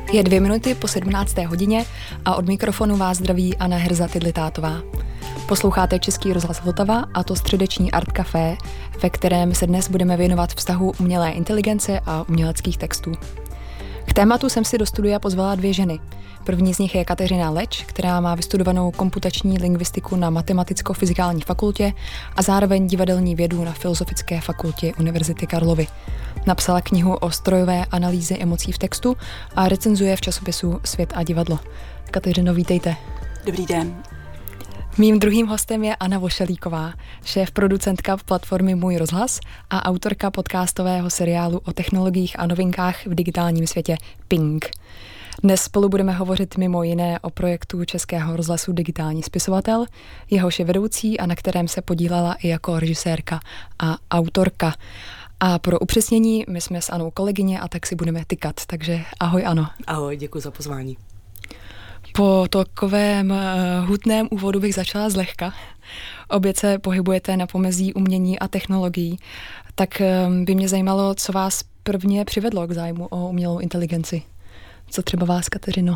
Je 2 minuty po 17. hodině a od mikrofonu vás zdraví Anna Herza-Tidlitátová. Posloucháte Český rozhlas Vltava a to středeční Art Café, ve kterém se dnes budeme věnovat vztahu umělé inteligence a uměleckých textů. K tématu jsem si do studia pozvala 2 ženy. První z nich je Kateřina Leč, která má vystudovanou komputační lingvistiku na Matematicko-fyzikální fakultě a zároveň divadelní vědu na Filozofické fakultě Univerzity Karlovy. Napsala knihu o strojové analýze emocí v textu a recenzuje v časopisu Svět a divadlo. Kateřino, vítejte. Dobrý den. Mým druhým hostem je Anna Vošelíková, šéf-producentka platformy Můj rozhlas a autorka podcastového seriálu o technologiích a novinkách v digitálním světě Ping. Dnes spolu budeme hovořit mimo jiné o projektu Českého rozhlasu Digitální spisovatel, jehož je vedoucí a na kterém se podílela i jako režisérka a autorka. A pro upřesnění, my jsme s Anou kolegyně a tak si budeme tykat, takže ahoj Ano. Ahoj, děkuji za pozvání. Po takovém hutném úvodu bych začala zlehka. Obě se pohybujete na pomezí umění a technologií, tak by mě zajímalo, co vás prvně přivedlo k zájmu o umělou inteligenci. Co třeba vás, Kateřino?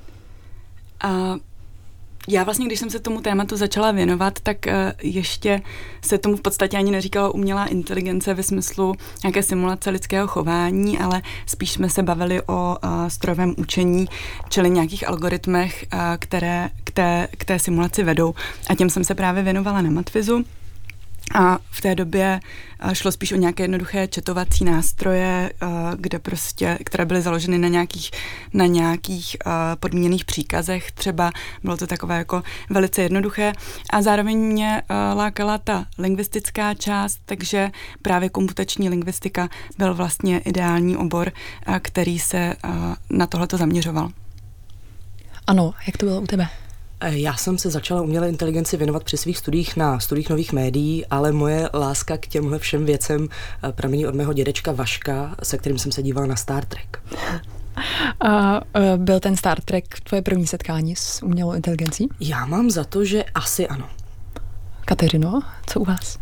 Já vlastně, když jsem se tomu tématu začala věnovat, tak ještě se tomu v podstatě ani neříkalo umělá inteligence ve smyslu nějaké simulace lidského chování, ale spíš jsme se bavili o strojovém učení, čili nějakých algoritmech, které k té simulaci vedou. A těm jsem se právě věnovala na Matfizu. A v té době šlo spíš o nějaké jednoduché chatovací nástroje, které byly založeny na nějakých podmíněných příkazech. Třeba bylo to takové jako velice jednoduché. A zároveň mě lákala ta lingvistická část, takže právě komputační lingvistika byl vlastně ideální obor, který se na tohleto zaměřoval. Ano, jak to bylo u tebe? Já jsem se začala umělé inteligenci věnovat při svých studiích na studiích nových médií, ale moje láska k těmhle všem věcem pramení od mého dědečka Vaška, se kterým jsem se dívala na Star Trek. A byl ten Star Trek tvoje první setkání s umělou inteligencí? Já mám za to, že asi ano. Kateřino, co u vás?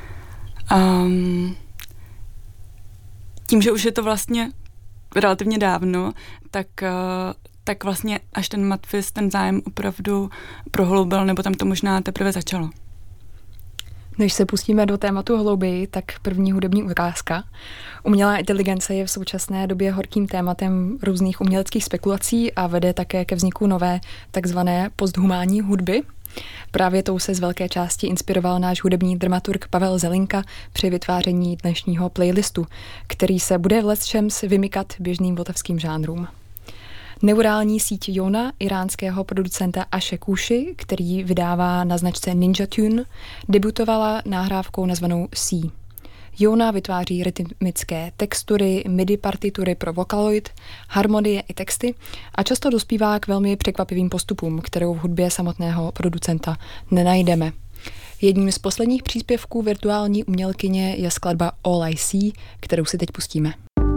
Tím, že už je to vlastně relativně dávno, tak vlastně až ten Matfiz ten zájem opravdu prohloubil, nebo tam to možná teprve začalo. Než se pustíme do tématu hlouběji, tak první hudební ukázka. Umělá inteligence je v současné době horkým tématem různých uměleckých spekulací a vede také ke vzniku nové takzvané posthumánní hudby. Právě tou se z velké části inspiroval náš hudební dramaturg Pavel Zelinka při vytváření dnešního playlistu, který se bude v lecčems vymykat běžným vltavským žánrům. Neurální síť Jona iránského producenta Ashe Kushi, který vydává na značce Ninja Tune, debutovala nahrávkou nazvanou C. Jona vytváří rytmické textury, MIDI partitury pro Vocaloid, harmonie i texty a často dospívá k velmi překvapivým postupům, kterou v hudbě samotného producenta nenajdeme. Jedním z posledních příspěvků virtuální umělkyně je skladba All I See, kterou si teď pustíme.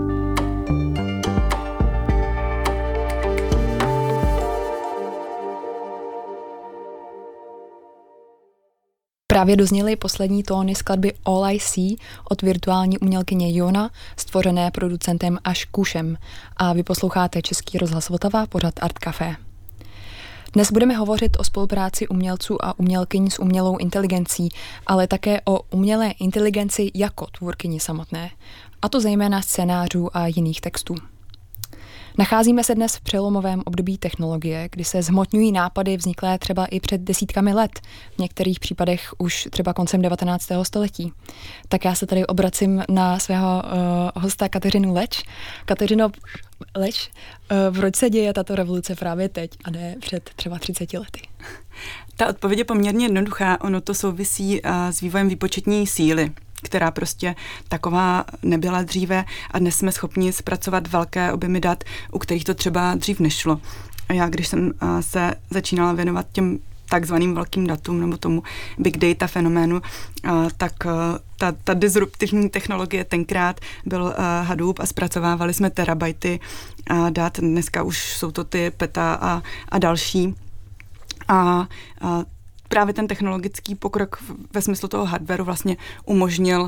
Právě dozněly poslední tóny skladby All I See od virtuální umělkyně Jona, stvořené producentem Ashe Kushem. A vy posloucháte Český rozhlas Vltava, pořad Art Café. Dnes budeme hovořit o spolupráci umělců a umělkyň s umělou inteligencí, ale také o umělé inteligenci jako tvůrkyni samotné. A to zejména scénářů a jiných textů. Nacházíme se dnes v přelomovém období technologie, kdy se zhmotňují nápady vzniklé třeba i před desítkami let, v některých případech už třeba koncem 19. století. Tak já se tady obracím na svého hosta Kateřinu Leč. Kateřino Leč, proč se děje tato revoluce právě teď a ne před třeba 30 lety? Ta odpověď je poměrně jednoduchá, ono to souvisí s vývojem výpočetní síly, která prostě taková nebyla dříve a dnes jsme schopni zpracovat velké objemy dat, u kterých to třeba dřív nešlo. A já, když jsem se začínala věnovat těm takzvaným velkým datům nebo tomu big data fenoménu, tak ta disruptivní technologie tenkrát byl Hadoop a zpracovávali jsme terabajty dat. Dneska už jsou to ty peta a další. A právě ten technologický pokrok ve smyslu toho hardwareu vlastně umožnil,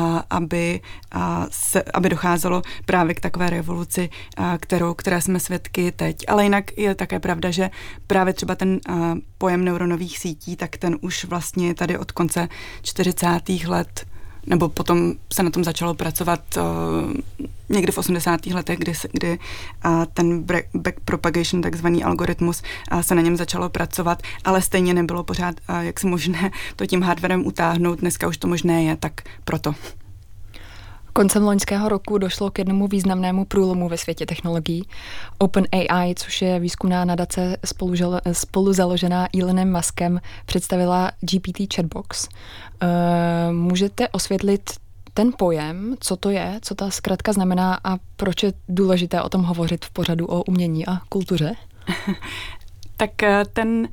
aby docházelo právě k takové revoluci, které jsme svědky teď. Ale jinak je také pravda, že právě třeba ten pojem neuronových sítí, tak ten už vlastně tady od konce 40. let, nebo potom se na tom začalo pracovat někdy v 80. letech, kdy ten backpropagation, takzvaný algoritmus, se na něm začalo pracovat, ale stejně nebylo pořád jaksi možné to tím hardwarem utáhnout. Dneska už to možné je, tak proto. Koncem loňského roku došlo k jednomu významnému průlomu ve světě technologií. OpenAI, což je výzkumná nadace spolu založená Elonem Muskem, představila GPT Chatbox. Můžete osvětlit ten pojem, co to je, co ta zkratka znamená a proč je důležité o tom hovořit v pořadu o umění a kultuře? Tak ten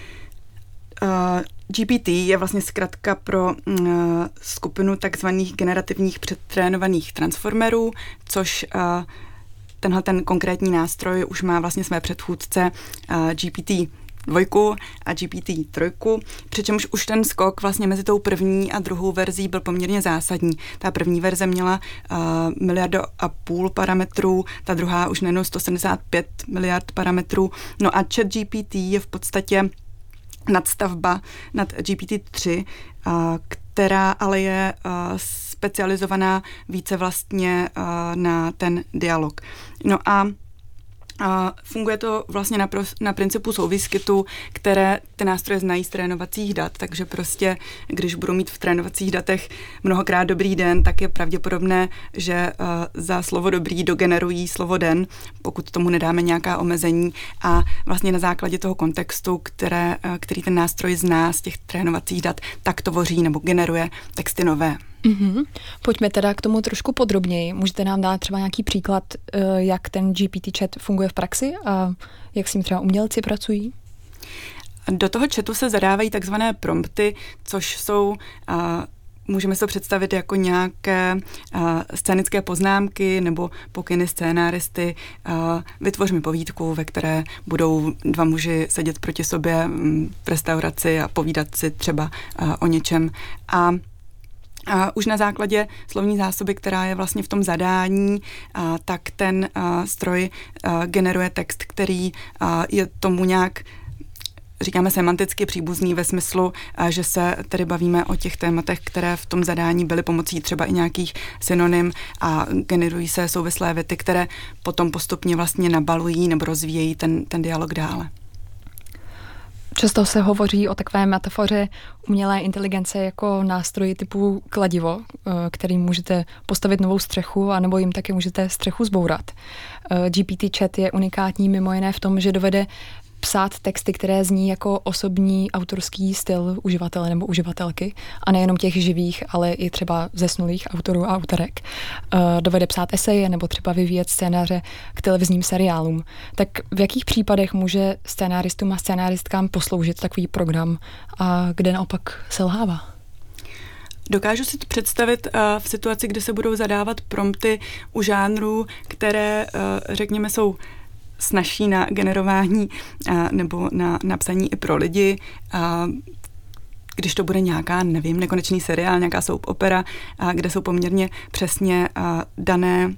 GPT je vlastně zkratka pro skupinu takzvaných generativních předtrénovaných transformerů, což tenhle ten konkrétní nástroj už má vlastně své předchůdce GPT 2 a GPT 3, přičemž už ten skok vlastně mezi tou první a druhou verzí byl poměrně zásadní. Ta první verze měla 1,5 miliardy parametrů, ta druhá už nejenom 175 miliard parametrů. No a ChatGPT je v podstatě nadstavba nad GPT-3, která ale je specializovaná více vlastně na ten dialog. No a funguje to vlastně na principu souviskytu, které ty nástroje znají z trénovacích dat, takže prostě, když budou mít v trénovacích datech mnohokrát dobrý den, tak je pravděpodobné, že za slovo dobrý dogenerují slovo den, pokud tomu nedáme nějaká omezení a vlastně na základě toho kontextu, který ten nástroj zná z těch trénovacích dat, tak tvoří nebo generuje texty nové. Mm-hmm. Pojďme teda k tomu trošku podrobněji. Můžete nám dát třeba nějaký příklad, jak ten GPT chat funguje v praxi a jak s ním třeba umělci pracují? Do toho chatu se zadávají takzvané prompty, což jsou můžeme si to představit jako nějaké scénické poznámky nebo pokyny scénáristy. Vytvoř mi povídku, ve které budou dva muži sedět proti sobě v restauraci a povídat si třeba o něčem. A už na základě slovní zásoby, která je vlastně v tom zadání, tak ten stroj generuje text, který je tomu nějak, říkáme, semanticky příbuzný ve smyslu, že se tedy bavíme o těch tématech, které v tom zadání byly pomocí třeba i nějakých synonym a generují se souvislé věty, které potom postupně vlastně nabalují nebo rozvíjejí ten dialog dále. Často se hovoří o takové metafoře umělé inteligence jako nástroji typu kladivo, kterým můžete postavit novou střechu, anebo jim taky můžete střechu zbourat. GPT chat je unikátní mimo jiné v tom, že dovede psát texty, které zní jako osobní autorský styl uživatele nebo uživatelky a nejenom těch živých, ale i třeba zesnulých autorů a autorek. Dovede psát eseje nebo třeba vyvíjet scénáře k televizním seriálům. Tak v jakých případech může scénáristům a scénáristkám posloužit takový program a kde naopak selhává? Dokážu si to představit v situaci, kdy se budou zadávat prompty u žánrů, které, řekněme, jsou snazší na generování nebo na napsaní i pro lidi. Když to bude nějaká, nevím, nekonečný seriál, nějaká soap opera, kde jsou poměrně přesně dané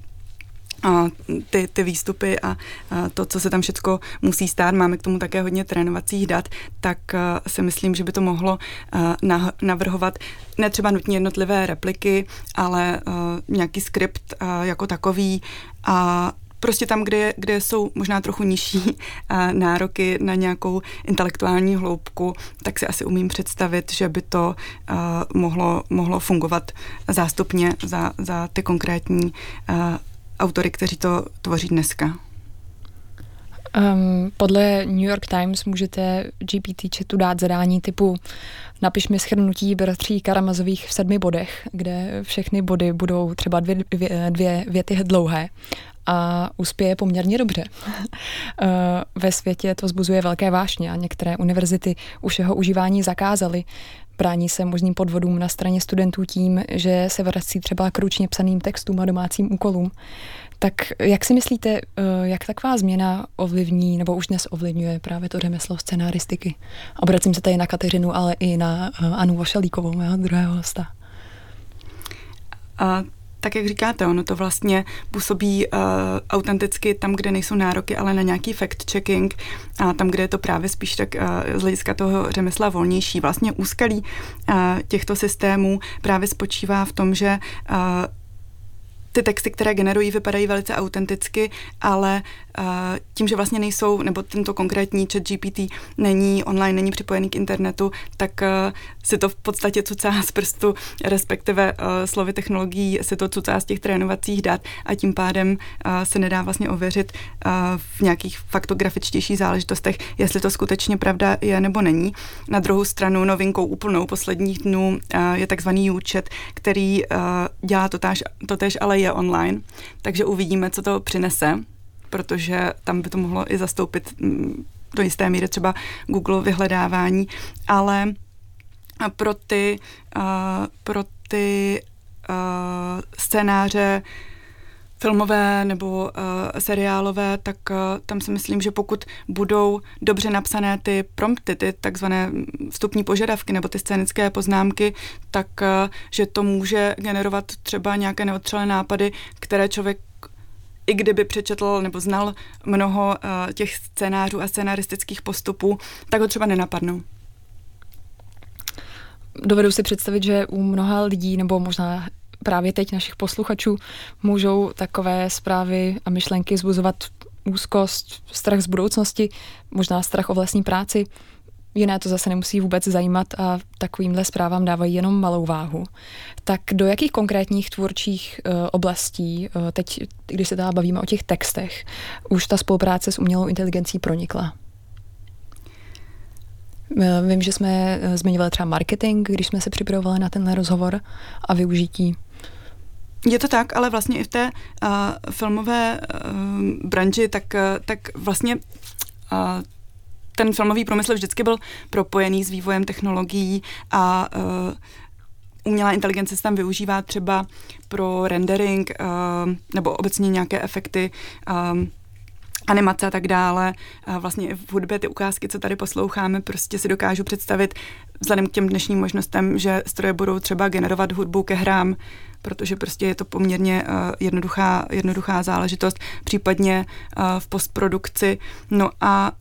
ty výstupy a to, co se tam všecko musí stát, máme k tomu také hodně trénovacích dat, tak si myslím, že by to mohlo navrhovat ne třeba nutně jednotlivé repliky, ale nějaký skript jako takový a prostě tam, kde jsou možná trochu nižší nároky na nějakou intelektuální hloubku, tak si asi umím představit, že by to mohlo fungovat zástupně za ty konkrétní autory, kteří to tvoří dneska. Podle New York Times můžete GPT chatu dát zadání typu napiš mi shrnutí bratří Karamazových v 7 bodech, kde všechny body budou třeba dvě věty dlouhé a uspěje poměrně dobře. Ve světě to vzbuzuje velké vášně a některé univerzity už jeho užívání zakázaly. Brání se možným podvodům na straně studentů tím, že se vrací třeba k ručně psaným textům a domácím úkolům. Tak jak si myslíte, jak taková změna ovlivní, nebo už dnes ovlivňuje právě to řemeslo scenaristiky? Obracím se tady na Kateřinu, ale i na Anu Vošalíkovou, mého druhého hosta. Tak jak říkáte, ono to vlastně působí autenticky tam, kde nejsou nároky, ale na nějaký fact-checking a tam, kde je to právě spíš tak z hlediska toho řemesla volnější. Vlastně úskalí těchto systémů právě spočívá v tom, že ty texty, které generují, vypadají velice autenticky, ale tím, že vlastně nejsou, nebo tento konkrétní ChatGPT není online, není připojený k internetu, tak si to v podstatě cucá z prstu, respektive slovy technologií si to cucá z těch trénovacích dat a tím pádem se nedá vlastně ověřit v nějakých faktografičtějších záležitostech, jestli to skutečně pravda je nebo není. Na druhou stranu novinkou úplnou posledních dnů je takzvaný U-chat, který dělá totéž, ale je online, takže uvidíme, co to přinese, protože tam by to mohlo i zastoupit do jisté míry třeba Google vyhledávání, ale pro ty scénáře filmové nebo seriálové, tak tam si myslím, že pokud budou dobře napsané ty prompty, ty takzvané vstupní požadavky nebo ty scénické poznámky, tak že to může generovat třeba nějaké neotřelé nápady, které člověk i kdyby přečetl nebo znal mnoho těch scénářů a scénaristických postupů, tak ho třeba nenapadnou. Dovedu si představit, že u mnoha lidí, nebo možná právě teď našich posluchačů, můžou takové zprávy a myšlenky vzbuzovat úzkost, strach z budoucnosti, možná strach o vlastní práci. Jiné to zase nemusí vůbec zajímat a takovýmhle zprávám dávají jenom malou váhu. Tak do jakých konkrétních tvůrčích oblastí, teď, když se teda bavíme o těch textech, už ta spolupráce s umělou inteligencí pronikla? Vím, že jsme zmiňovali třeba marketing, když jsme se připravovali na tenhle rozhovor a využití. Je to tak, ale vlastně i v té filmové branži, tak vlastně ten filmový průmysl vždycky byl propojený s vývojem technologií a umělá inteligence se tam využívá třeba pro rendering nebo obecně nějaké efekty, animace a tak dále. A vlastně v hudbě ty ukázky, co tady posloucháme, prostě si dokážu představit vzhledem k těm dnešním možnostem, že stroje budou třeba generovat hudbu ke hrám, protože prostě je to poměrně jednoduchá záležitost, případně v postprodukci. No a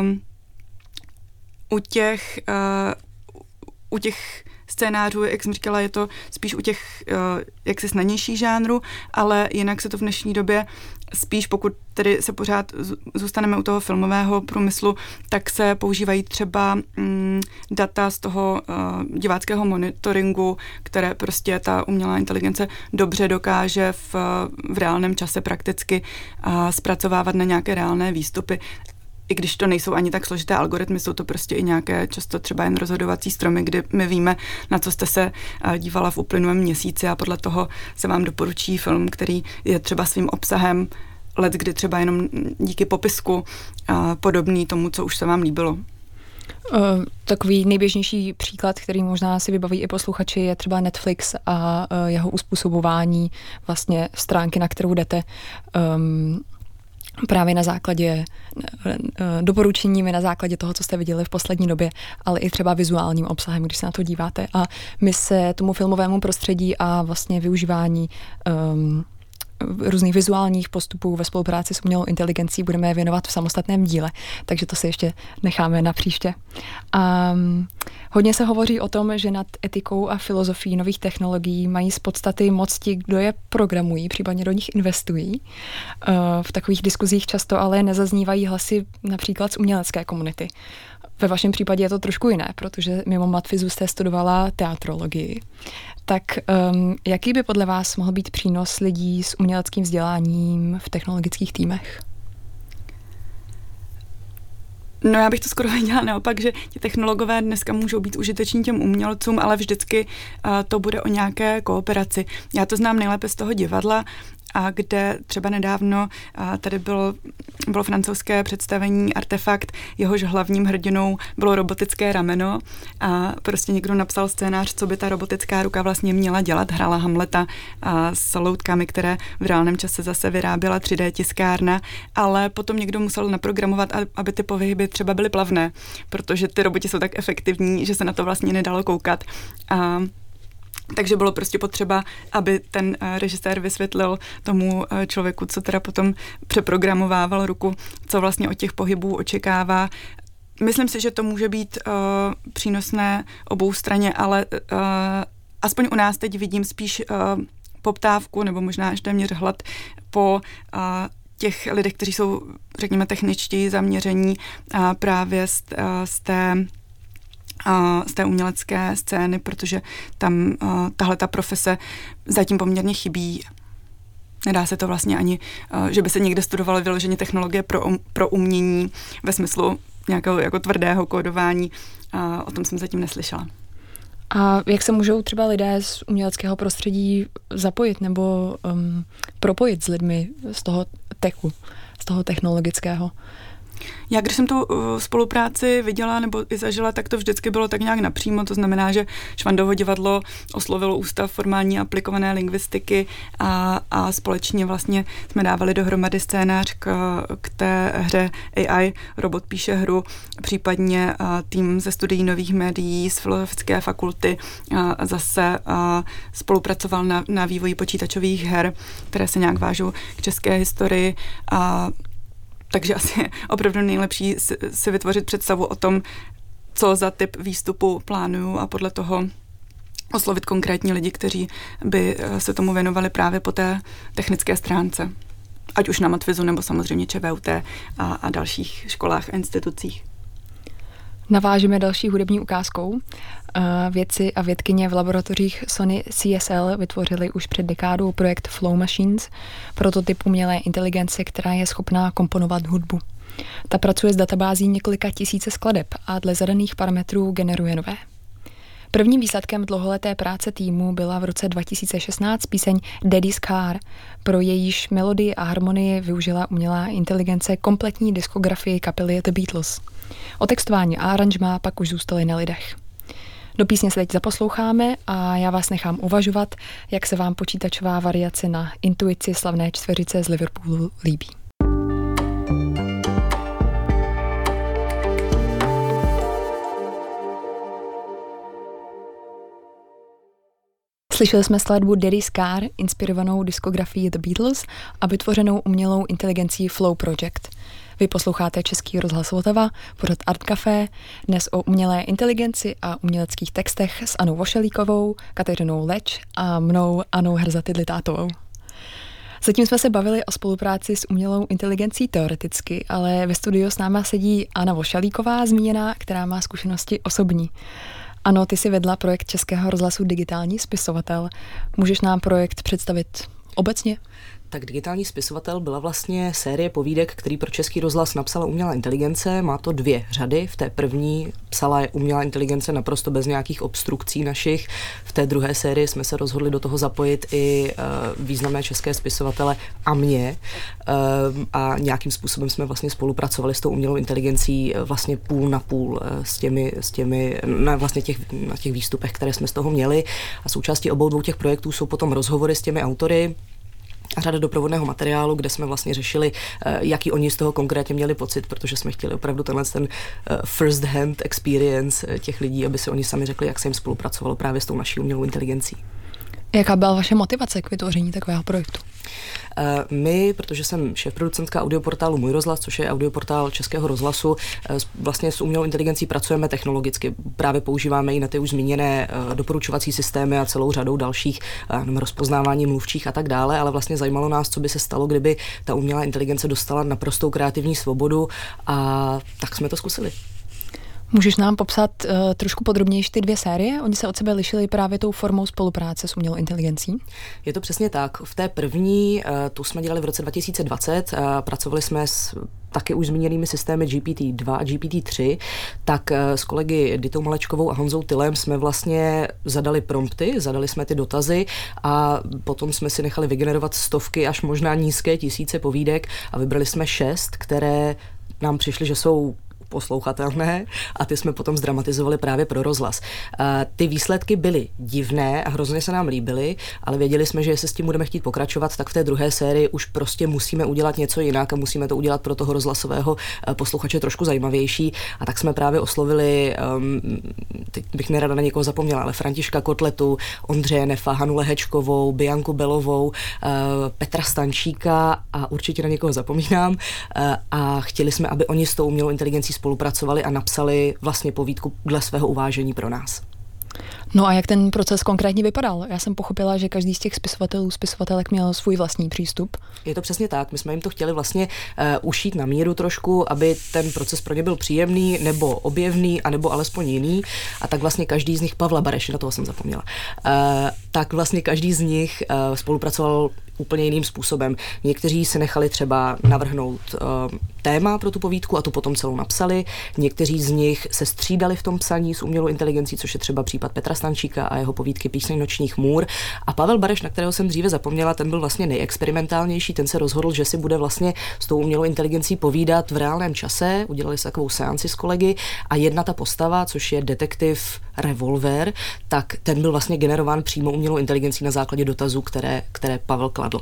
u těch scénářů, jak jsem říkala, je to spíš u těch jaksi snadnějších žánrů, ale jinak se to v dnešní době spíš, pokud tedy se pořád zůstaneme u toho filmového průmyslu, tak se používají třeba data z toho diváckého monitoringu, které prostě ta umělá inteligence dobře dokáže v reálném čase prakticky zpracovávat na nějaké reálné výstupy. I když to nejsou ani tak složité algoritmy, jsou to prostě i nějaké často třeba jen rozhodovací stromy, kdy my víme, na co jste se dívala v uplynulém měsíci a podle toho se vám doporučí film, který je třeba svým obsahem leckdy třeba jenom díky popisku podobný tomu, co už se vám líbilo. Takový nejběžnější příklad, který možná si vybaví i posluchači, je třeba Netflix a jeho uspůsobování vlastně stránky, na kterou jdete, právě na základě doporučeními, na základě toho, co jste viděli v poslední době, ale i třeba vizuálním obsahem, když se na to díváte. A my se tomu filmovému prostředí a vlastně využívání různých vizuálních postupů ve spolupráci s umělou inteligencí budeme věnovat v samostatném díle, takže to si ještě necháme na příště. A hodně se hovoří o tom, že nad etikou a filozofií nových technologií mají z podstaty moc ti, kdo je programují, případně do nich investují. V takových diskuzích často ale nezaznívají hlasy například z umělecké komunity. Ve vašem případě je to trošku jiné, protože mimo matfizu jste studovala teatrologii. Tak jaký by podle vás mohl být přínos lidí s uměleckým vzděláním v technologických týmech? No já bych to skoro viděla naopak, že ti technologové dneska můžou být užiteční těm umělcům, ale vždycky to bude o nějaké kooperaci. Já to znám nejlépe z toho divadla a kde třeba nedávno tady bylo francouzské představení Artefakt, jehož hlavním hrdinou bylo robotické rameno a prostě někdo napsal scénář, co by ta robotická ruka vlastně měla dělat. Hrála Hamleta s loutkami, které v reálném čase zase vyráběla 3D tiskárna, ale potom někdo musel naprogramovat, aby ty pohyby třeba byly plavné, protože ty roboti jsou tak efektivní, že se na to vlastně nedalo koukat. Takže bylo prostě potřeba, aby ten režisér vysvětlil tomu člověku, co teda potom přeprogramovával ruku, co vlastně od těch pohybů očekává. Myslím si, že to může být přínosné obou straně, ale aspoň u nás teď vidím spíš poptávku, nebo možná až téměř hlad po těch lidech, kteří jsou, řekněme, techničtěji zaměření právě z té umělecké scény, protože tam tahle ta profese zatím poměrně chybí. Nedá se to vlastně ani, že by se někde studovalo vyloženě technologie pro umění ve smyslu nějakého jako tvrdého kódování. O tom jsem zatím neslyšela. A jak se můžou třeba lidé z uměleckého prostředí zapojit nebo propojit s lidmi z toho techu, z toho technologického? Já když jsem tu spolupráci viděla nebo i zažila, tak to vždycky bylo tak nějak napřímo, to znamená, že Švandovo divadlo oslovilo Ústav formální aplikované lingvistiky a společně vlastně jsme dávali dohromady scénář k té hře AI, robot píše hru, případně tým ze studií nových médií z Filozofické fakulty zase spolupracoval na vývoji počítačových her, které se nějak vážou k české historii takže asi je opravdu nejlepší si vytvořit představu o tom, co za typ výstupu plánuju a podle toho oslovit konkrétní lidi, kteří by se tomu věnovali právě po té technické stránce. Ať už na Matfizu nebo samozřejmě ČVUT a dalších školách a institucích. Navážeme další hudební ukázkou. Vědci a vědkyně v laboratořích Sony CSL vytvořili už před dekádou projekt Flow Machines, prototyp umělé inteligence, která je schopná komponovat hudbu. Ta pracuje s databází několika tisíce skladeb a dle zadaných parametrů generuje nové. Prvním výsledkem dlouholeté práce týmu byla v roce 2016 píseň Daddy's Car. Pro jejíž melodii a harmonii využila umělá inteligence kompletní diskografii kapely The Beatles. Otextování a aranžmá pak už zůstaly na lidech. Do písně se teď zaposloucháme a já vás nechám uvažovat, jak se vám počítačová variace na intuici slavné čtveřice z Liverpoolu líbí. Slyšeli jsme skladbu Daddy's Car, inspirovanou diskografií The Beatles a vytvořenou umělou inteligencí Flow Project. Vy posloucháte Český rozhlas Vltava, pořad Art Café, dnes o umělé inteligenci a uměleckých textech s Anou Vošelíkovou, Kateřinou Leč a mnou Anou Hrzatydlitátovou. Zatím jsme se bavili o spolupráci s umělou inteligencí teoreticky, ale ve studiu s náma sedí Anna Vošelíková zmíněná, která má zkušenosti osobní. Ano, ty jsi vedla projekt Českého rozhlasu Digitální spisovatel. Můžeš nám projekt představit obecně? Tak Digitální spisovatel byla vlastně série povídek, který pro Český rozhlas napsala umělá inteligence. Má to 2 řady. V té první psala umělá inteligence naprosto bez nějakých obstrukcí našich. V té druhé sérii jsme se rozhodli do toho zapojit i významné české spisovatele a mě. A nějakým způsobem jsme vlastně spolupracovali s tou umělou inteligencí vlastně půl na půl na těch výstupech, které jsme z toho měli. A součástí obou 2 těch projektů jsou potom rozhovory s těmi autory a řada doprovodného materiálu, kde jsme vlastně řešili, jaký oni z toho konkrétně měli pocit, protože jsme chtěli opravdu ten first hand experience těch lidí, aby si oni sami řekli, jak se jim spolupracovalo právě s tou naší umělou inteligencí. Jaká byla vaše motivace k vytvoření takového projektu? My, protože jsem šéfproducentka audioportálu Můj rozhlas, což je audioportál Českého rozhlasu, vlastně s umělou inteligencí pracujeme technologicky. Právě používáme i na ty už zmíněné doporučovací systémy a celou řadou dalších rozpoznávání mluvčích a tak dále, ale vlastně zajímalo nás, co by se stalo, kdyby ta umělá inteligence dostala naprostou kreativní svobodu, a tak jsme to zkusili. Můžeš nám popsat trošku podrobněji ty 2 série? Oni se od sebe lišili právě tou formou spolupráce s umělou inteligencí? Je to přesně tak. V té první, tu jsme dělali v roce 2020, pracovali jsme s taky už zmíněnými systémy GPT-2 a GPT-3, tak s kolegy Ditou Malečkovou a Honzou Tylem jsme vlastně zadali prompty, zadali jsme ty dotazy a potom jsme si nechali vygenerovat stovky až možná nízké tisíce povídek a vybrali jsme 6, které nám přišly, že jsou poslouchatelné a ty jsme potom zdramatizovali právě pro rozhlas. Ty výsledky byly divné a hrozně se nám líbily, ale věděli jsme, že jestli s tím budeme chtít pokračovat, tak v té druhé sérii už prostě musíme udělat něco jinak a musíme to udělat pro toho rozhlasového posluchače trošku zajímavější. A tak jsme právě oslovili, teď bych nerada na někoho zapomněla, ale Františka Kotletu, Ondřeje Nefa, Hanu Lehečkovou, Bianku Belovou, Petra Stančíka a určitě na někoho zapomínám. A chtěli jsme, aby oni s tou umělou inteligencí spolupracovali a napsali vlastně povídku dle svého uvážení pro nás. No a jak ten proces konkrétně vypadal? Já jsem pochopila, že každý z těch spisovatelek měl svůj vlastní přístup. Je to přesně tak. My jsme jim to chtěli vlastně ušít na míru trošku, aby ten proces pro ně byl příjemný, nebo objevný, anebo alespoň jiný. A tak vlastně každý z nich, Pavla Bareš, na toho jsem zapomněla, tak vlastně každý z nich spolupracoval úplně jiným způsobem. Někteří se nechali třeba navrhnout téma pro tu povídku a tu potom celou napsali. Někteří z nich se střídali v tom psaní s umělou inteligencí, což je třeba případ Petra Stančíka a jeho povídky Píseň nočních můr. A Pavel Bareš, na kterého jsem dříve zapomněla, ten byl vlastně nejexperimentálnější, ten se rozhodl, že si bude vlastně s tou umělou inteligencí povídat v reálném čase. Udělali si takovou seanci s kolegy a jedna ta postava, což je detektiv Revolver, tak ten byl vlastně generován přímo umělou inteligencí na základě dotazů, které Pavel kladl.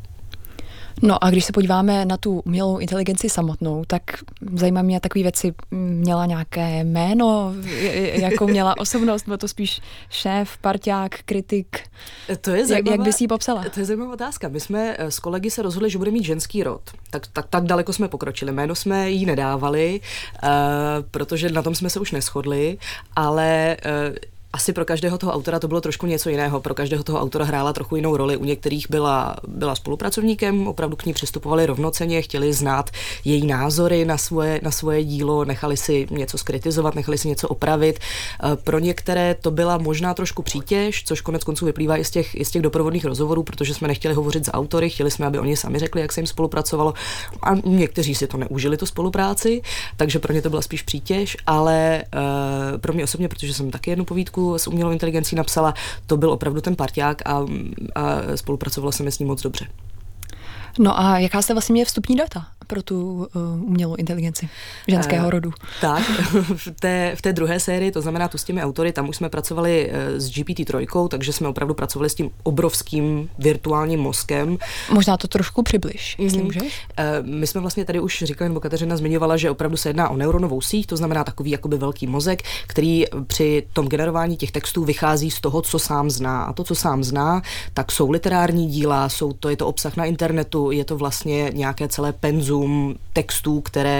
No a když se podíváme na tu umělou inteligenci samotnou, tak zajímá mě takové věci, měla nějaké jméno, jakou měla osobnost, bylo to spíš šéf, parťák, kritik. To je zajímavá, jak bys jí popsala? To je zajímavá otázka. My jsme s kolegy se rozhodli, že bude mít ženský rod. Tak daleko jsme pokročili. Jméno jsme jí nedávali, protože na tom jsme se už neshodli, ale asi pro každého toho autora to bylo trošku něco jiného. Pro každého toho autora hrála trochu jinou roli. U některých byla spolupracovníkem, opravdu k ní přistupovali rovnocenně, chtěli znát její názory na svoje dílo, nechali si něco skritizovat, nechali si něco opravit. Pro některé to byla možná trošku přítěž, což konec konců vyplývá i z těch doprovodných rozhovorů, protože jsme nechtěli hovořit s autory, chtěli jsme, aby oni sami řekli, jak se jim spolupracovalo. A někteří si to neužili, tu spolupráci, takže pro ně to byla spíš přítěž, ale pro mě osobně, protože jsem taky jednu povídku s umělou inteligencí napsala, to byl opravdu ten parťák a spolupracovala jsem s ním moc dobře. No a jaká jste vlastně měli vstupní data pro tu umělou inteligenci ženského rodu? Tak, v té druhé sérii, to znamená tu s těmi autory, tam už jsme pracovali s GPT-3, takže jsme opravdu pracovali s tím obrovským virtuálním mozkem. Možná to trošku přibliž, jestli můžeš? My jsme vlastně tady už říkali, nebo Kateřina zmiňovala, že opravdu se jedná o neuronovou síť, to znamená takový jakoby velký mozek, který při tom generování těch textů vychází z toho, co sám zná. A to, co sám zná, tak jsou literární díla, je to obsah na internetu, je to vlastně nějaké celé penzum textů,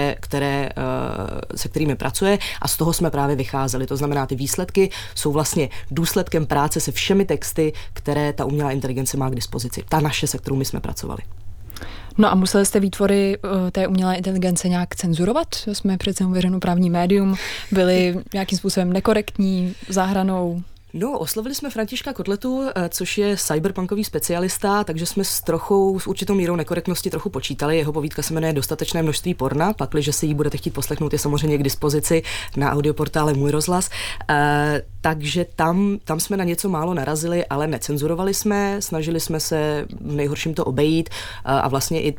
se kterými pracuje a z toho jsme právě vycházeli. To znamená, ty výsledky jsou vlastně důsledkem práce se všemi texty, které ta umělá inteligence má k dispozici. Ta naše, se kterou my jsme pracovali. No a museli jste výtvory té umělé inteligence nějak cenzurovat? Jsme přece veřejnoprávní médium, byli nějakým způsobem nekorektní, za hranou? No, oslovili jsme Františka Kotletu, což je cyberpunkový specialista, takže jsme s určitou mírou nekorektnosti trochu počítali. Jeho povídka se jmenuje Dostatečné množství porna, pakliže si ji budete chtít poslechnout, je samozřejmě k dispozici na audioportále Můj rozhlas. Takže tam jsme na něco málo narazili, ale necenzurovali jsme, snažili jsme se v nejhorším to obejít a vlastně i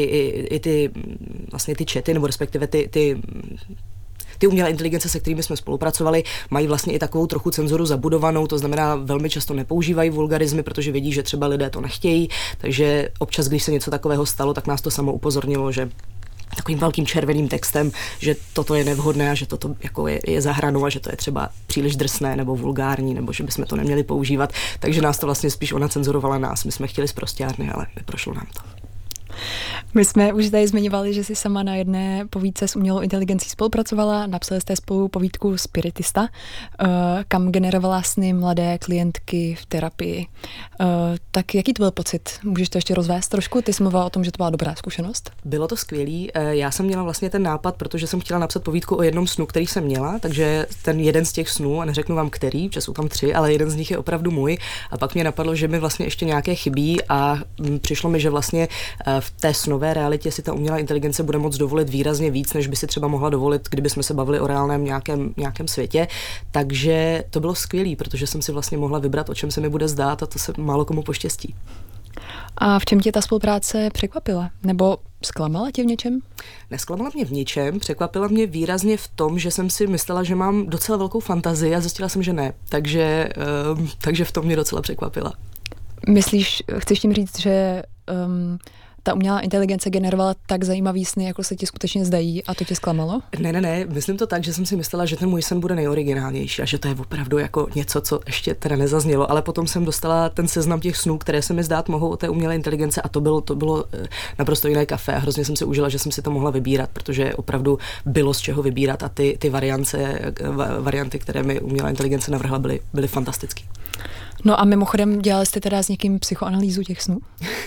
ty chaty, nebo respektive ty umělé inteligence, se kterými jsme spolupracovali, mají vlastně i takovou trochu cenzuru zabudovanou, to znamená, velmi často nepoužívají vulgarizmy, protože vědí, že třeba lidé to nechtějí, takže občas, když se něco takového stalo, tak nás to samo upozornilo, že takovým velkým červeným textem, že toto je nevhodné a že toto jako je za hranou a že to je třeba příliš drsné nebo vulgární, nebo že bychom to neměli používat, takže nás to vlastně spíš ona cenzurovala nás. My jsme chtěli zprosťárny, ale neprošlo nám to. My jsme už tady zmiňovali, že jsi sama na jedné povídce s umělou inteligencí spolupracovala, napsali jste spolu povídku Spiritista, kam generovala sny mladé klientky v terapii. Tak jaký to byl pocit? Můžeš to ještě rozvést trošku? Ty jsi mluvila o tom, že to byla dobrá zkušenost. Bylo to skvělý. Já jsem měla vlastně ten nápad, protože jsem chtěla napsat povídku o jednom snu, který jsem měla, takže ten jeden z těch snů, a neřeknu vám který, protože jsou tam 3, ale jeden z nich je opravdu můj. A pak mě napadlo, že mi vlastně ještě nějaké chybí a přišlo mi, že vlastně v té snové realitě si ta umělá inteligence bude moct dovolit výrazně víc, než by si třeba mohla dovolit, kdyby jsme se bavili o reálném nějakém světě. Takže to bylo skvělý, protože jsem si vlastně mohla vybrat, o čem se mi bude zdát, a to se málo komu poštěstí. A v čem tě ta spolupráce překvapila? Nebo zklamala tě v něčem? Nesklamala mě v ničem, překvapila mě výrazně v tom, že jsem si myslela, že mám docela velkou fantazii a zjistila jsem, že ne. Takže v tom mě docela překvapila. Myslíš, chceš tím říct, že ta umělá inteligence generovala tak zajímavý sny, jako se ti skutečně zdají, a to tě zklamalo? Ne, myslím to tak, že jsem si myslela, že ten můj sen bude nejoriginálnější a že to je opravdu jako něco, co ještě teda nezaznělo, ale potom jsem dostala ten seznam těch snů, které se mi zdát mohou o té umělé inteligence, a to bylo naprosto jiné kafe a hrozně jsem si užila, že jsem si to mohla vybírat, protože opravdu bylo z čeho vybírat a ty varianty, které mi umělá inteligence navrhla, byly fantastické. No a mimochodem dělali jste teda s někým psychoanalýzu těch snů?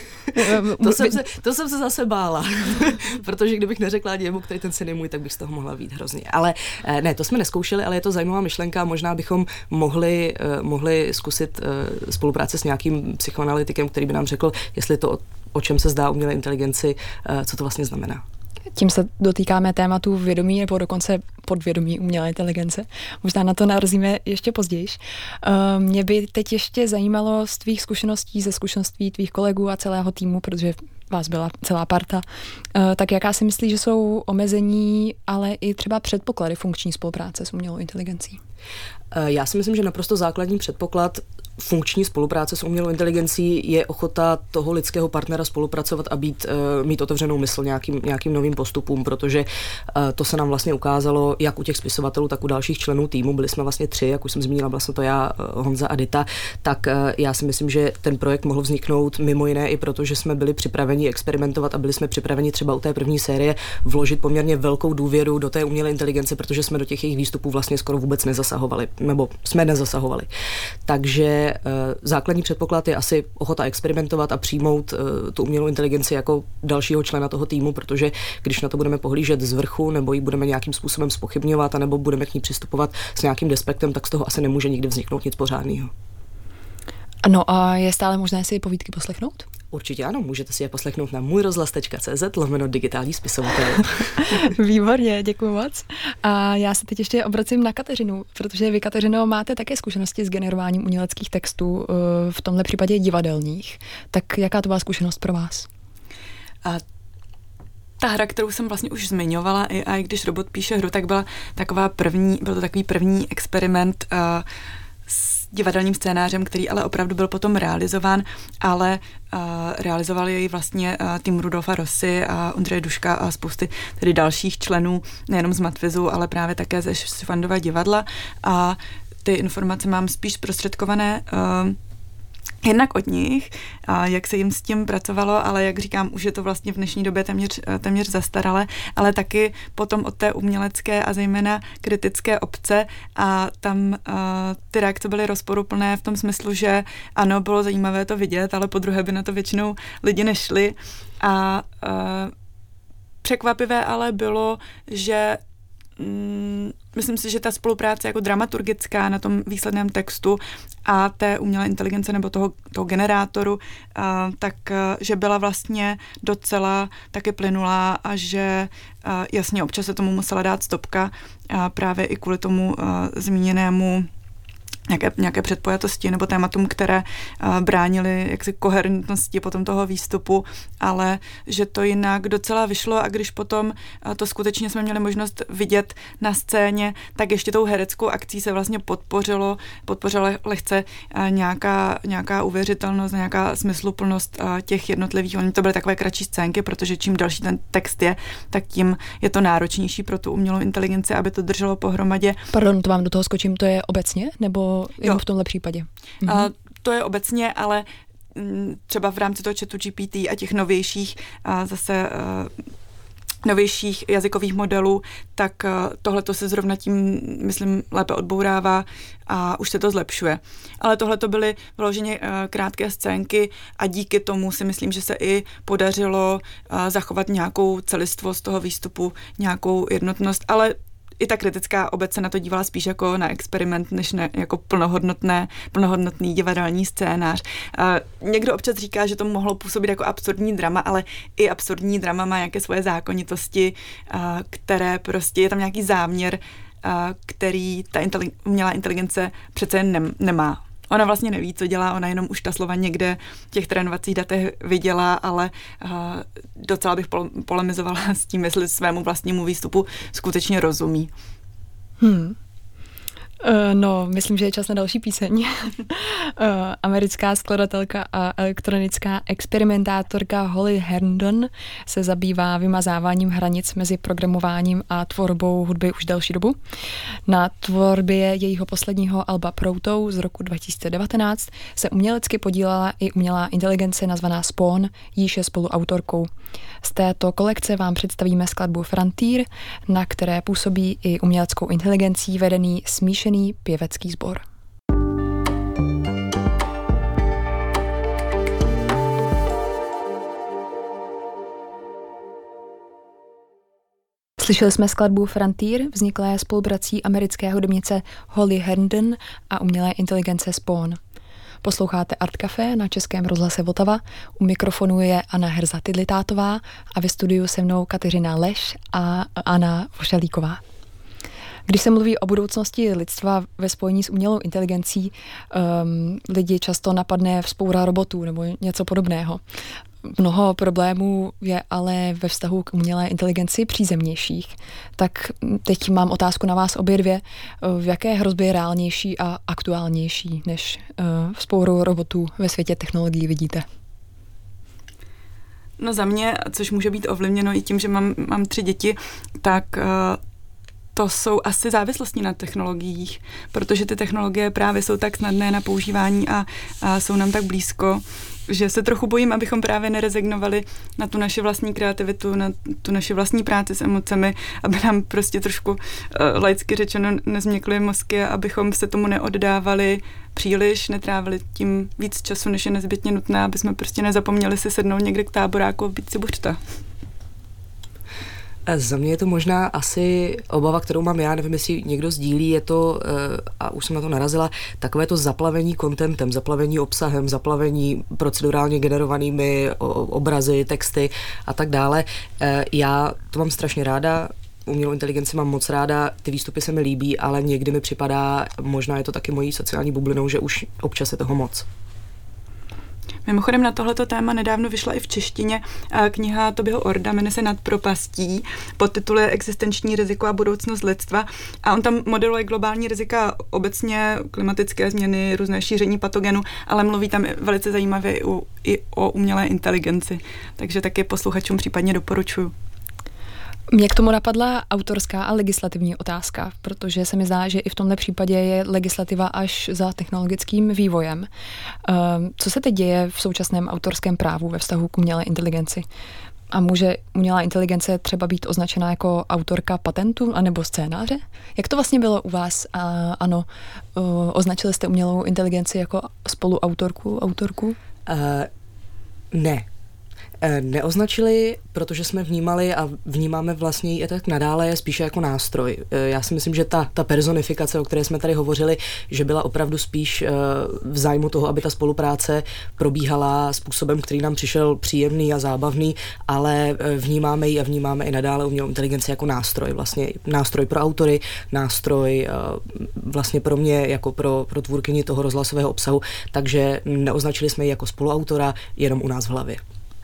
To jsem se zase bála, protože kdybych neřekla němu, který ten sen je můj, tak bych z toho mohla být hrozně. Ale ne, to jsme neskoušeli, ale je to zajímavá myšlenka, možná bychom mohli zkusit spolupráci s nějakým psychoanalytikem, který by nám řekl, jestli to, o čem se zdá umělé inteligenci, co to vlastně znamená. Tím se dotýkáme tématu vědomí nebo dokonce podvědomí umělé inteligence. Možná na to narazíme ještě později. Mě by teď ještě zajímalo z tvých zkušeností, ze zkušeností tvých kolegů a celého týmu, protože vás byla celá parta, tak jaká si myslíš, že jsou omezení, ale i třeba předpoklady funkční spolupráce s umělou inteligencí? Já si myslím, že naprosto základní předpoklad funkční spolupráce s umělou inteligencí je ochota toho lidského partnera spolupracovat a mít otevřenou mysl nějakým novým postupům, protože to se nám vlastně ukázalo jak u těch spisovatelů, tak u dalších členů týmu. Byli jsme vlastně 3, jak už jsem zmínila, vlastně to já, Honza a Dita, tak já si myslím, že ten projekt mohl vzniknout mimo jiné i proto, že jsme byli připraveni experimentovat a byli jsme připraveni třeba u té první série vložit poměrně velkou důvěru do té umělé inteligence, protože jsme do těch jejich výstupů vlastně skoro vůbec nezasahovali, nebo jsme nezasahovali. Takže základní předpoklad je asi ochota experimentovat a přijmout tu umělou inteligenci jako dalšího člena toho týmu, protože když na to budeme pohlížet z vrchu, nebo ji budeme nějakým způsobem zpochybňovat, anebo budeme k ní přistupovat s nějakým despektem, tak z toho asi nemůže nikdy vzniknout nic pořádného. No a je stále možné si povídky poslechnout? Určitě ano, můžete si je poslechnout na můjrozhlas.cz/digitalní spisovatel. Výborně, děkuji moc. A já se teď ještě obracím na Kateřinu, protože vy, Kateřino, máte také zkušenosti s generováním uměleckých textů, v tomhle případě divadelních. Tak jaká to byla zkušenost pro vás? Ta hra, kterou jsem vlastně už zmiňovala, i když robot píše hru, tak byl to takový první experiment s divadelním scénářem, který ale opravdu byl potom realizován, ale realizovali jej vlastně tým Rudolfa Rossi a Ondřeje Duška a spousty tedy dalších členů, nejenom z Matvizu, ale právě také ze Švandova divadla, a ty informace mám spíš zprostředkované jednak od nich, jak se jim s tím pracovalo, ale jak říkám, už je to vlastně v dnešní době téměř zastaralé, ale taky potom od té umělecké a zejména kritické obce, a tam ty reakce byly rozporuplné v tom smyslu, že ano, bylo zajímavé to vidět, ale po druhé by na to většinou lidi nešli. A překvapivé ale bylo, že myslím si, že ta spolupráce jako dramaturgická na tom výsledném textu a té umělé inteligence nebo toho generátoru, tak že byla vlastně docela taky plynulá a že jasně občas se tomu musela dát stopka, právě i kvůli tomu zmíněnému nějaké předpojatosti nebo tématům, které bránily jaksi koherentnosti potom toho výstupu, ale že to jinak docela vyšlo, a když potom to skutečně jsme měli možnost vidět na scéně, tak ještě tou hereckou akcí se vlastně podpořila lehce nějaká uvěřitelnost, nějaká smysluplnost těch jednotlivých. Oni to byly takové kratší scénky, protože čím další ten text je, tak tím je to náročnější pro tu umělou inteligenci, aby to drželo pohromadě. Pardon, to vám do toho skočím, to je obecně, nebo jenom v tomhle případě? To je obecně, ale třeba v rámci toho chatu GPT a těch novějších novějších jazykových modelů, tak tohleto se zrovna tím, myslím, lépe odbourává a už se to zlepšuje. Ale tohleto byly vyloženě krátké scénky a díky tomu si myslím, že se i podařilo zachovat nějakou celistvost toho výstupu, nějakou jednotnost, ale i ta kritická obec se na to dívala spíš jako na experiment, než jako plnohodnotný divadelní scénář. Někdo občas říká, že to mohlo působit jako absurdní drama, ale i absurdní drama má nějaké svoje zákonitosti, které prostě je tam nějaký záměr, který ta umělá inteligence přece jen nemá. Ona vlastně neví, co dělá, ona jenom už ta slova někde v těch trénovacích datech viděla, ale docela bych polemizovala s tím, jestli svému vlastnímu výstupu skutečně rozumí. No, myslím, že je čas na další píseň. Americká skladatelka a elektronická experimentátorka Holly Herndon se zabývá vymazáváním hranic mezi programováním a tvorbou hudby už delší dobu. Na tvorbě jejího posledního alba Proutou z roku 2019 se umělecky podílela i umělá inteligence nazvaná Spawn, jíž je spoluautorkou. Z této kolekce vám představíme skladbu Frontier, na které působí i uměleckou inteligencí vedený smíšený pěvecký sbor. Slyšeli jsme skladbu Frontier, vzniklé spoluprací americké hudebnice Holly Herndon a umělé inteligence Spawn. Posloucháte Art Café na Českém rozhlase Vltava. U mikrofonu je Anna Herza-Tidlitátová a ve studiu se mnou Kateřina Leš a Anna Vošalíková. Když se mluví o budoucnosti lidstva ve spojení s umělou inteligencí, lidi často napadne vzpoura robotů nebo něco podobného. Mnoho problémů je ale ve vztahu k umělé inteligenci přízemnějších. Tak teď mám otázku na vás obě dvě. V jaké hrozbě je reálnější a aktuálnější, než vzpouru robotů ve světě technologií vidíte? No za mě, což může být ovlivněno i tím, že mám 3 děti, tak to jsou asi závislosti na technologiích, protože ty technologie právě jsou tak snadné na používání a jsou nám tak blízko, že se trochu bojím, abychom právě nerezignovali na tu naši vlastní kreativitu, na tu naši vlastní práci s emocemi, aby nám prostě trošku laicky řečeno nezměkly mozky, abychom se tomu neoddávali příliš, netrávili tím víc času, než je nezbytně nutné, aby jsme prostě nezapomněli si sednout někde k táboráku a být si buřta. Za mě je to možná asi obava, kterou mám já, nevím, jestli někdo sdílí, je to, a už jsem na to narazila, takové to zaplavení contentem, zaplavení obsahem, zaplavení procedurálně generovanými obrazy, texty a tak dále. Já to mám strašně ráda, umělou inteligenci mám moc ráda, ty výstupy se mi líbí, ale někdy mi připadá, možná je to taky mojí sociální bublinou, že už občas je toho moc. Mimochodem na tohleto téma nedávno vyšla i v češtině kniha Tobyho Orda, jmenuje se Nad propastí, podtitul je Existenční riziko a budoucnost lidstva a on tam modeluje globální rizika obecně, klimatické změny, různé šíření patogenů, ale mluví tam velice zajímavě i o umělé inteligenci, takže taky posluchačům případně doporučuju. Mě k tomu napadla autorská a legislativní otázka, protože se mi zdá, že i v tomhle případě je legislativa až za technologickým vývojem. Co se teď děje v současném autorském právu ve vztahu k umělé inteligenci? A může umělá inteligence třeba být označena jako autorka patentu anebo scénáře? Jak to vlastně bylo u vás? Ano, označili jste umělou inteligenci jako spoluautorku? Ne. Neoznačili, protože jsme vnímali a vnímáme vlastně i tak nadále spíše jako nástroj. Já si myslím, že ta personifikace, o které jsme tady hovořili, že byla opravdu spíš v zájmu toho, aby ta spolupráce probíhala způsobem, který nám přišel příjemný a zábavný, ale vnímáme ji a vnímáme i nadále umělou inteligenci jako nástroj. Vlastně nástroj pro autory, nástroj vlastně pro mě jako pro tvůrkyni toho rozhlasového obsahu, takže neoznačili jsme ji jako spoluautora, jenom u nás v hlavě.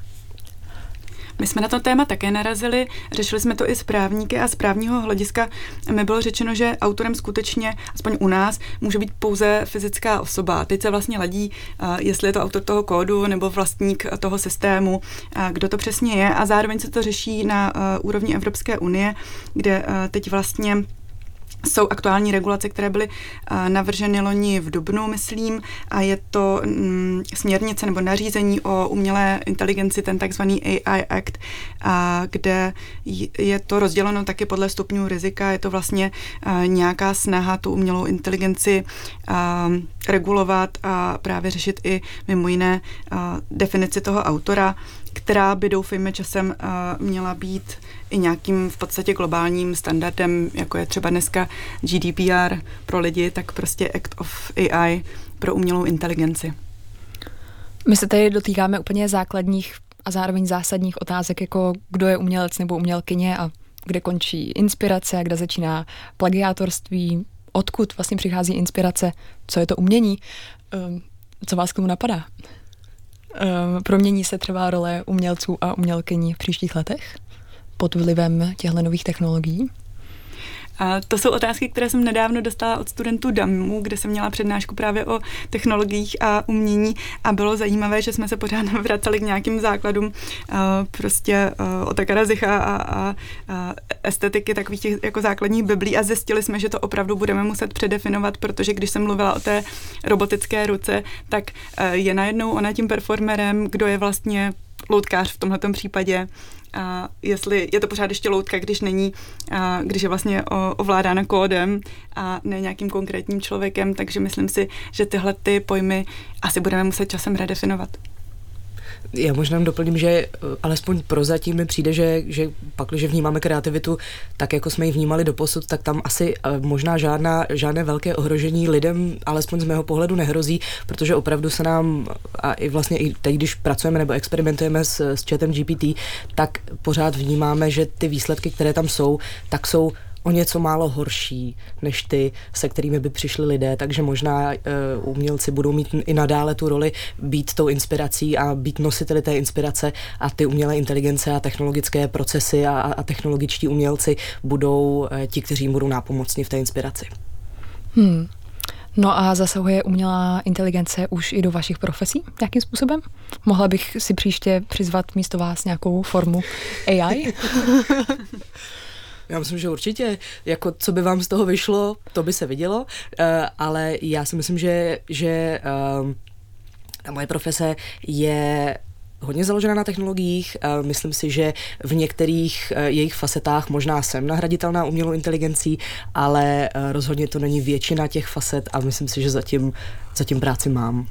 My jsme na to téma také narazili, řešili jsme to i s právníky a z právního hlediska mi bylo řečeno, že autorem skutečně, aspoň u nás, může být pouze fyzická osoba. Teď se vlastně ladí, jestli je to autor toho kódu nebo vlastník toho systému, kdo to přesně je a zároveň se to řeší na úrovni Evropské unie, kde teď vlastně jsou aktuální regulace, které byly navrženy loni v dubnu, myslím, a je to směrnice nebo nařízení o umělé inteligenci, ten takzvaný AI Act, kde je to rozděleno taky podle stupňů rizika. Je to vlastně nějaká snaha tu umělou inteligenci regulovat a právě řešit i mimo jiné definici toho autora, která by, doufejme, časem měla být i nějakým v podstatě globálním standardem, jako je třeba dneska GDPR pro lidi, tak prostě Act of AI pro umělou inteligenci. My se tady dotýkáme úplně základních a zároveň zásadních otázek, jako kdo je umělec nebo umělkyně a kde končí inspirace, kde začíná plagiátorství, odkud vlastně přichází inspirace, co je to umění, co vás k tomu napadá? Promění se třeba role umělců a umělkyní v příštích letech pod vlivem těchto nových technologií? A to jsou otázky, které jsem nedávno dostala od studentů DAMu, kde jsem měla přednášku právě o technologiích a umění a bylo zajímavé, že jsme se pořád vraceli k nějakým základům prostě Otakara Zicha a estetiky takových těch jako základních biblí a zjistili jsme, že to opravdu budeme muset předefinovat, protože když jsem mluvila o té robotické ruce, tak je najednou ona tím performerem, kdo je vlastně loutkář v tomhletom případě. A jestli je to pořád ještě loutka, když je vlastně ovládána kódem a ne nějakým konkrétním člověkem, takže myslím si, že tyhle ty pojmy asi budeme muset časem redefinovat. Já možná doplním, že alespoň prozatím mi přijde, že pakliže vnímáme kreativitu tak, jako jsme ji vnímali doposud, tak tam asi možná žádné velké ohrožení lidem, alespoň z mého pohledu, nehrozí, protože opravdu se nám, a i vlastně i teď, když pracujeme nebo experimentujeme s chatem GPT, tak pořád vnímáme, že ty výsledky, které tam jsou, tak jsou o něco málo horší než ty, se kterými by přišli lidé, takže možná umělci budou mít i nadále tu roli být tou inspirací a být nositeli té inspirace a ty umělé inteligence a technologické procesy a technologičtí umělci budou ti, kteří budou nápomocni v té inspiraci. No a zasahuje umělá inteligence už i do vašich profesí nějakým způsobem? Mohla bych si příště přizvat místo vás nějakou formu AI? Já myslím, že určitě, jako co by vám z toho vyšlo, to by se vidělo, ale já si myslím, že ta moje profese je hodně založená na technologiích. Myslím si, že v některých jejich facetách možná jsem nahraditelná umělou inteligencí, ale rozhodně to není většina těch facet a myslím si, že zatím práci mám.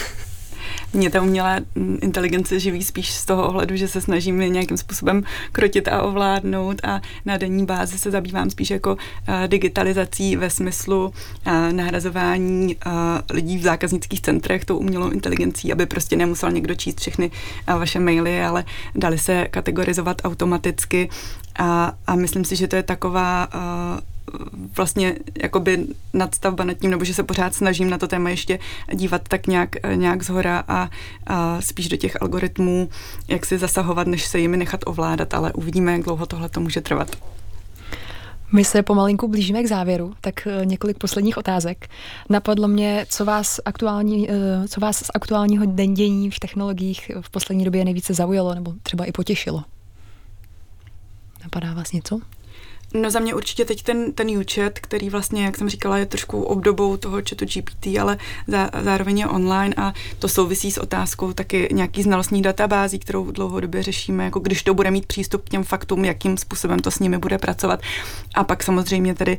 Mě ta umělá inteligence živí spíš z toho ohledu, že se snažím je nějakým způsobem krotit a ovládnout a na denní bázi se zabývám spíš jako digitalizací ve smyslu nahrazování lidí v zákaznických centrech tou umělou inteligencí, aby prostě nemusel někdo číst všechny vaše maily, ale dali se kategorizovat automaticky a myslím si, že to je taková vlastně jakoby nadstavba nad tím, nebo že se pořád snažím na to téma ještě dívat tak nějak zhora a spíš do těch algoritmů, jak si zasahovat, než se jimi nechat ovládat, ale uvidíme, jak dlouho tohle to může trvat. My se pomalinku blížíme k závěru, tak několik posledních otázek. Napadlo mě, co vás z aktuálního dění v technologiích v poslední době nejvíce zaujalo, nebo třeba i potěšilo? Napadá vás něco? No za mě určitě teď ten UChat, který vlastně, jak jsem říkala, je trošku obdobou toho chatu GPT, ale zároveň je online a to souvisí s otázkou taky nějaký znalostní databází, kterou dlouhodobě řešíme, jako když to bude mít přístup k těm faktům, jakým způsobem to s nimi bude pracovat. A pak samozřejmě tedy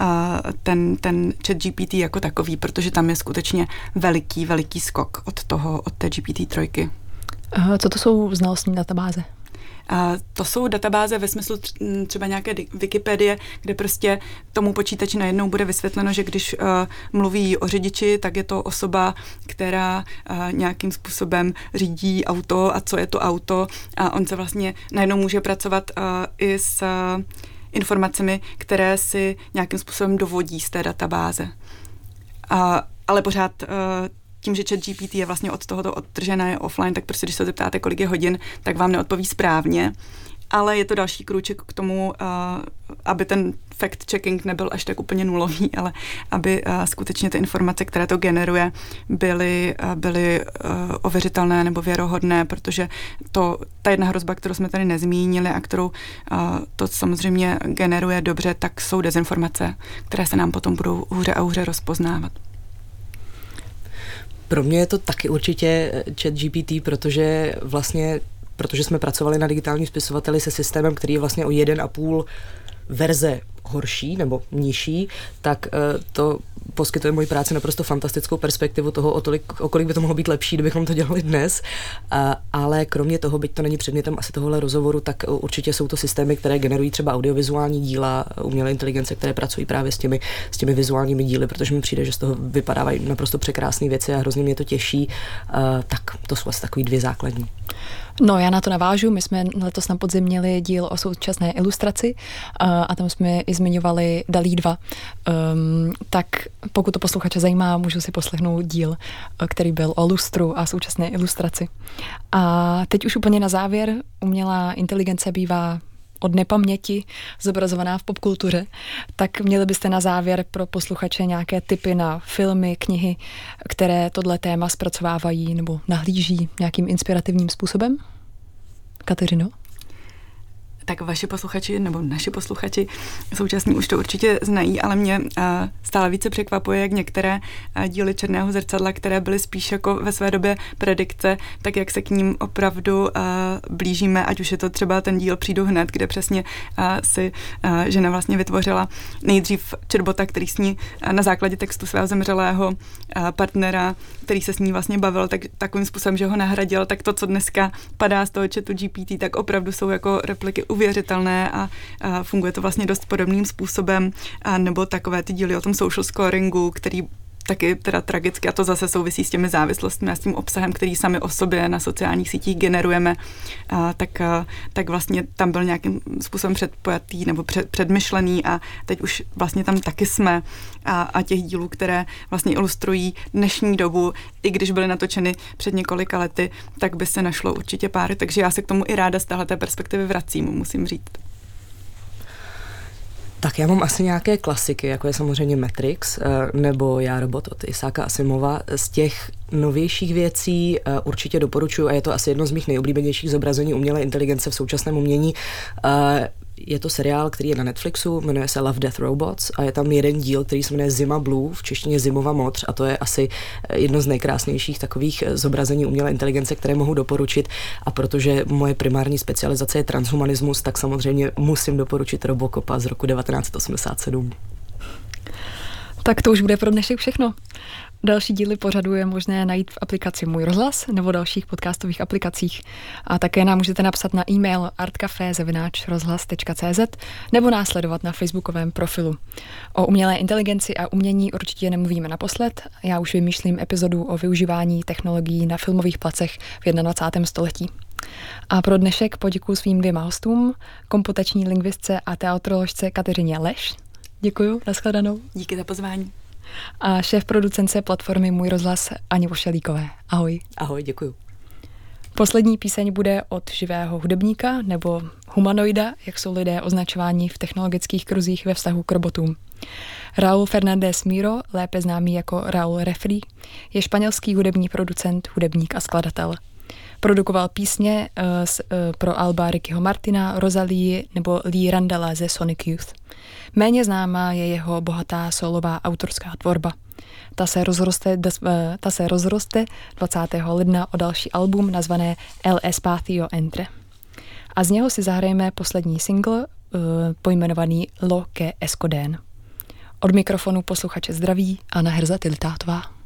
ten chat GPT jako takový, protože tam je skutečně veliký skok od té GPT-3. Co to jsou znalostní databáze? To jsou databáze ve smyslu třeba nějaké Wikipedie, kde prostě tomu počítači najednou bude vysvětleno, že když mluví o řidiči, tak je to osoba, která nějakým způsobem řídí auto a co je to auto a on se vlastně najednou může pracovat i s informacemi, které si nějakým způsobem dovodí z té databáze. Ale pořád tím, že ChatGPT je vlastně od tohoto odtržená, je offline, tak prostě když se zeptáte, kolik je hodin, tak vám neodpoví správně. Ale je to další krůček k tomu, aby ten fact-checking nebyl až tak úplně nulový, ale aby skutečně ty informace, které to generuje, byly ověřitelné nebo věrohodné, protože ta jedna hrozba, kterou jsme tady nezmínili a kterou to samozřejmě generuje dobře, tak jsou dezinformace, které se nám potom budou hůře a hůře rozpoznávat. Pro mě je to taky určitě ChatGPT, protože jsme pracovali na digitálním spisovateli se systémem, který je vlastně o 1,5 verze horší nebo nižší, tak to poskytuje mojí práci naprosto fantastickou perspektivu toho, o kolik by to mohlo být lepší, kdybychom to dělali dnes. Ale kromě toho, byť to není předmětem asi tohohle rozhovoru, tak určitě jsou to systémy, které generují třeba audiovizuální díla, umělé inteligence, které pracují právě s těmi vizuálními díly, protože mi přijde, že z toho vypadávají naprosto překrásné věci a hrozně mě to těší. Tak to jsou asi takový 2 základní. No, já na to navážu. My jsme letos na podzim měli díl o současné ilustraci a tam jsme i zmiňovali DALL-E 2. Tak pokud to posluchače zajímá, můžu si poslechnout díl, který byl o lustru a současné ilustraci. A teď už úplně na závěr, umělá inteligence bývá od nepaměti zobrazovaná v popkultuře, tak měli byste na závěr pro posluchače nějaké tipy na filmy, knihy, které tohle téma zpracovávají nebo nahlíží nějakým inspirativním způsobem? Kateřino? Tak vaši posluchači nebo naši posluchači současní už to určitě znají, ale mě stále více překvapuje, jak některé díly Černého zrcadla, které byly spíš jako ve své době predikce, tak jak se k ním opravdu blížíme, ať už je to třeba ten díl Přijdu hned, kde přesně si žena vlastně vytvořila nejdřív chatbota, který s ní na základě textu svého zemřelého partnera, který se s ní vlastně bavil takovým způsobem, že ho nahradil, tak to, co dneska padá z toho chatu GPT, tak opravdu jsou jako repliky uvěřitelné a funguje to vlastně dost podobným způsobem, nebo takové ty díly o tom social scoringu, který taky teda tragicky, a to zase souvisí s těmi závislostmi a s tím obsahem, který sami o sobě na sociálních sítích generujeme, tak vlastně tam byl nějakým způsobem předpojatý nebo předmyšlený a teď už vlastně tam taky jsme a těch dílů, které vlastně ilustrují dnešní dobu, i když byly natočeny před několika lety, tak by se našlo určitě pár, takže já se k tomu i ráda z téhleté perspektivy vracím, musím říct. Tak já mám asi nějaké klasiky, jako je samozřejmě Matrix nebo Já, robot od Isaaca Asimova. Z těch novějších věcí určitě doporučuji, a je to asi jedno z mých nejoblíbenějších zobrazení umělé inteligence v současném umění. Je to seriál, který je na Netflixu, jmenuje se Love, Death, Robots a je tam jeden díl, který se jmenuje Zima Blue, v češtině Zimova modř, a to je asi jedno z nejkrásnějších takových zobrazení umělé inteligence, které mohu doporučit, a protože moje primární specializace je transhumanismus, tak samozřejmě musím doporučit Robocopa z roku 1987. Tak to už bude pro dnešek všechno. Další díly pořadu je možné najít v aplikaci Můj rozhlas nebo dalších podcastových aplikacích. A také nám můžete napsat na e-mail artcafe@rozhlas.cz nebo následovat na facebookovém profilu. O umělé inteligenci a umění určitě nemluvíme naposled. Já už vymýšlím epizodu o využívání technologií na filmových placech v 21. století. A pro dnešek poděkuji svým 2 hostům, komputační lingvistce a teatroložce Kateřině Leš. Děkuju, nashledanou. Díky za pozvání. A šéf-producence platformy Můj rozhlas Aně Vošelíkové. Ahoj. Ahoj, děkuju. Poslední píseň bude od živého hudebníka nebo humanoida, jak jsou lidé označováni v technologických kruzích ve vztahu k robotům. Raúl Fernández Miro, lépe známý jako Raúl Refri, je španělský hudební producent, hudebník a skladatel. Produkoval písně pro alba Rickyho Martina, Rosalii nebo Lee Randalla ze Sonic Youth. Méně známá je jeho bohatá solová autorská tvorba. Ta se rozroste 20. ledna o další album nazvané El Espacio Entre. A z něho si zahrajeme poslední single pojmenovaný Lo que escondén. Od mikrofonu posluchače zdraví Anna Herza Tiltátová.